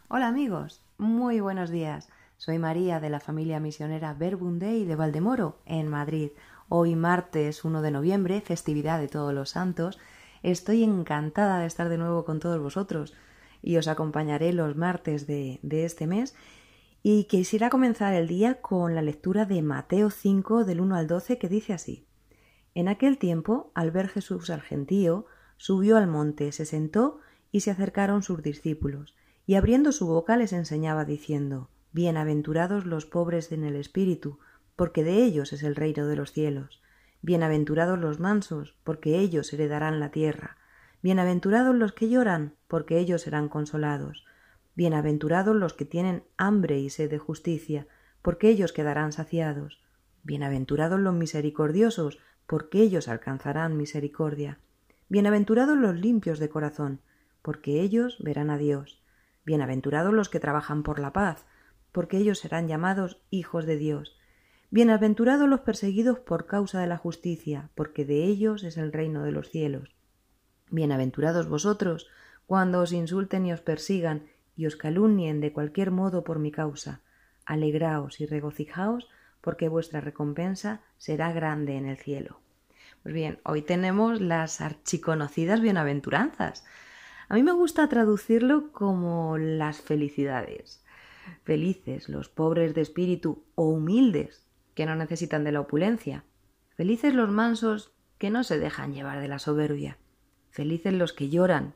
Hola amigos, muy buenos días. Soy María de la familia misionera Verbum Dei de Valdemoro, en Madrid. Hoy martes 1 de noviembre, festividad de Todos los Santos. Estoy encantada de estar de nuevo con todos vosotros y os acompañaré los martes de este mes. Y quisiera comenzar el día con la lectura de Mateo 5 del 1 al 12 que dice así. En aquel tiempo, al ver Jesús al gentío, subió al monte, se sentó y se acercaron sus discípulos, y abriendo su boca les enseñaba diciendo: Bienaventurados los pobres en el espíritu, porque de ellos es el reino de los cielos. Bienaventurados los mansos, porque ellos heredarán la tierra. Bienaventurados los que lloran, porque ellos serán consolados. Bienaventurados los que tienen hambre y sed de justicia, porque ellos quedarán saciados. Bienaventurados los misericordiosos, porque ellos alcanzarán misericordia. Bienaventurados los limpios de corazón, porque ellos verán a Dios. Bienaventurados los que trabajan por la paz, porque ellos serán llamados hijos de Dios. Bienaventurados los perseguidos por causa de la justicia, porque de ellos es el reino de los cielos. Bienaventurados vosotros, cuando os insulten y os persigan, y os calumnien de cualquier modo por mi causa. Alegraos y regocijaos, porque vuestra recompensa será grande en el cielo. Pues bien, hoy tenemos las archiconocidas bienaventuranzas. A mí me gusta traducirlo como las felicidades. Felices los pobres de espíritu o humildes, que no necesitan de la opulencia. Felices los mansos, que no se dejan llevar de la soberbia. Felices los que lloran,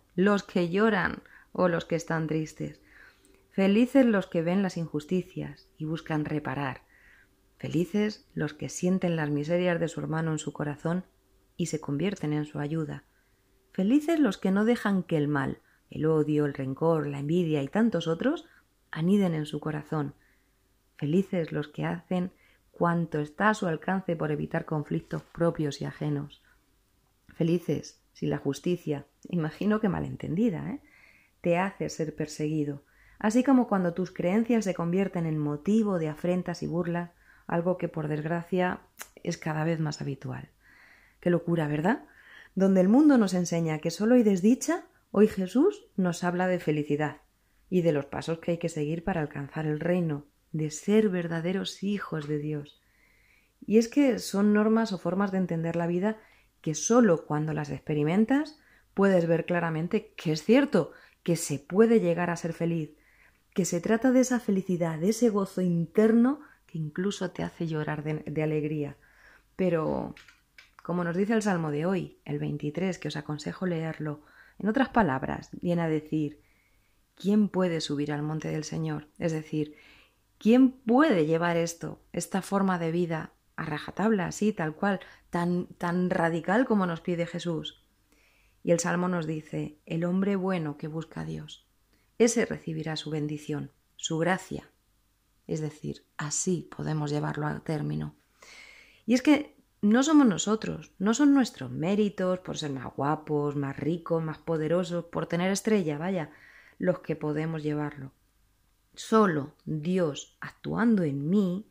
o los que están tristes. Felices los que ven las injusticias y buscan reparar. Felices los que sienten las miserias de su hermano en su corazón y se convierten en su ayuda. Felices los que no dejan que el mal, el odio, el rencor, la envidia y tantos otros aniden en su corazón. Felices los que hacen cuanto está a su alcance por evitar conflictos propios y ajenos. Felices si la justicia, imagino que malentendida, te hace ser perseguido, así como cuando tus creencias se convierten en motivo de afrentas y burlas, algo que por desgracia es cada vez más habitual. Qué locura, ¿verdad? Donde el mundo nos enseña que solo hay desdicha, hoy Jesús nos habla de felicidad y de los pasos que hay que seguir para alcanzar el reino, de ser verdaderos hijos de Dios. Y es que son normas o formas de entender la vida que solo cuando las experimentas puedes ver claramente que es cierto, que se puede llegar a ser feliz, que se trata de esa felicidad, de ese gozo interno que incluso te hace llorar de alegría. Pero, como nos dice el Salmo de hoy, el 23, que os aconsejo leerlo, en otras palabras, viene a decir: ¿quién puede subir al monte del Señor? Es decir, ¿quién puede llevar esta forma de vida a rajatabla, así, tal cual, tan radical como nos pide Jesús? Y el Salmo nos dice: el hombre bueno que busca a Dios, ese recibirá su bendición, su gracia. Es decir, así podemos llevarlo a término. Y es que no somos nosotros, no son nuestros méritos por ser más guapos, más ricos, más poderosos, por tener estrella, vaya, los que podemos llevarlo. Solo Dios actuando en mí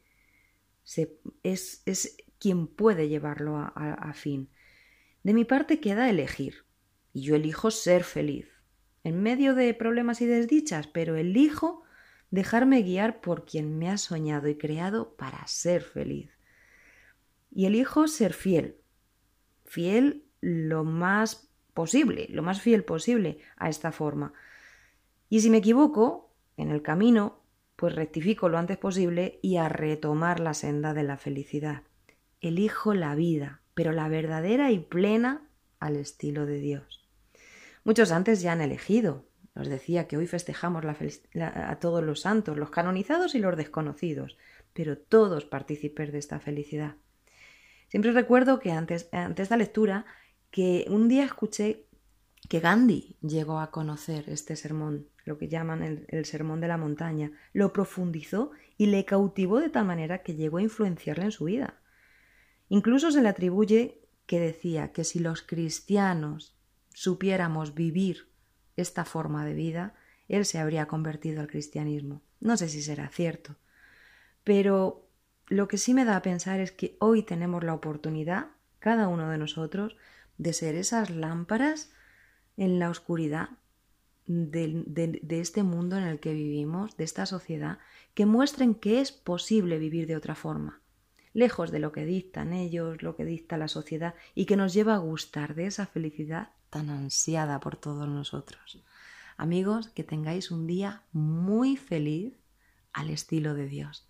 es quien puede llevarlo a fin. De mi parte queda elegir, y yo elijo ser feliz, en medio de problemas y desdichas, pero elijo dejarme guiar por quien me ha soñado y creado para ser feliz. Y elijo ser fiel lo más posible, lo más fiel posible a esta forma. Y si me equivoco en el camino, pues rectifico lo antes posible y a retomar la senda de la felicidad. Elijo la vida, pero la verdadera y plena al estilo de Dios. Muchos antes ya han elegido. Os decía que hoy festejamos a todos los santos, los canonizados y los desconocidos, pero todos partícipes de esta felicidad. Siempre recuerdo que antes de la lectura, que un día escuché que Gandhi llegó a conocer este sermón, lo que llaman el sermón de la montaña, lo profundizó y le cautivó de tal manera que llegó a influenciarle en su vida. Incluso se le atribuye que decía que si los cristianos supiéramos vivir esta forma de vida, él se habría convertido al cristianismo. No sé si será cierto, pero lo que sí me da a pensar es que hoy tenemos la oportunidad, cada uno de nosotros, de ser esas lámparas en la oscuridad, de este mundo en el que vivimos, de esta sociedad, que muestren que es posible vivir de otra forma, lejos de lo que dictan ellos, lo que dicta la sociedad, y que nos lleva a gustar de esa felicidad tan ansiada por todos nosotros. Amigos, que tengáis un día muy feliz al estilo de Dios.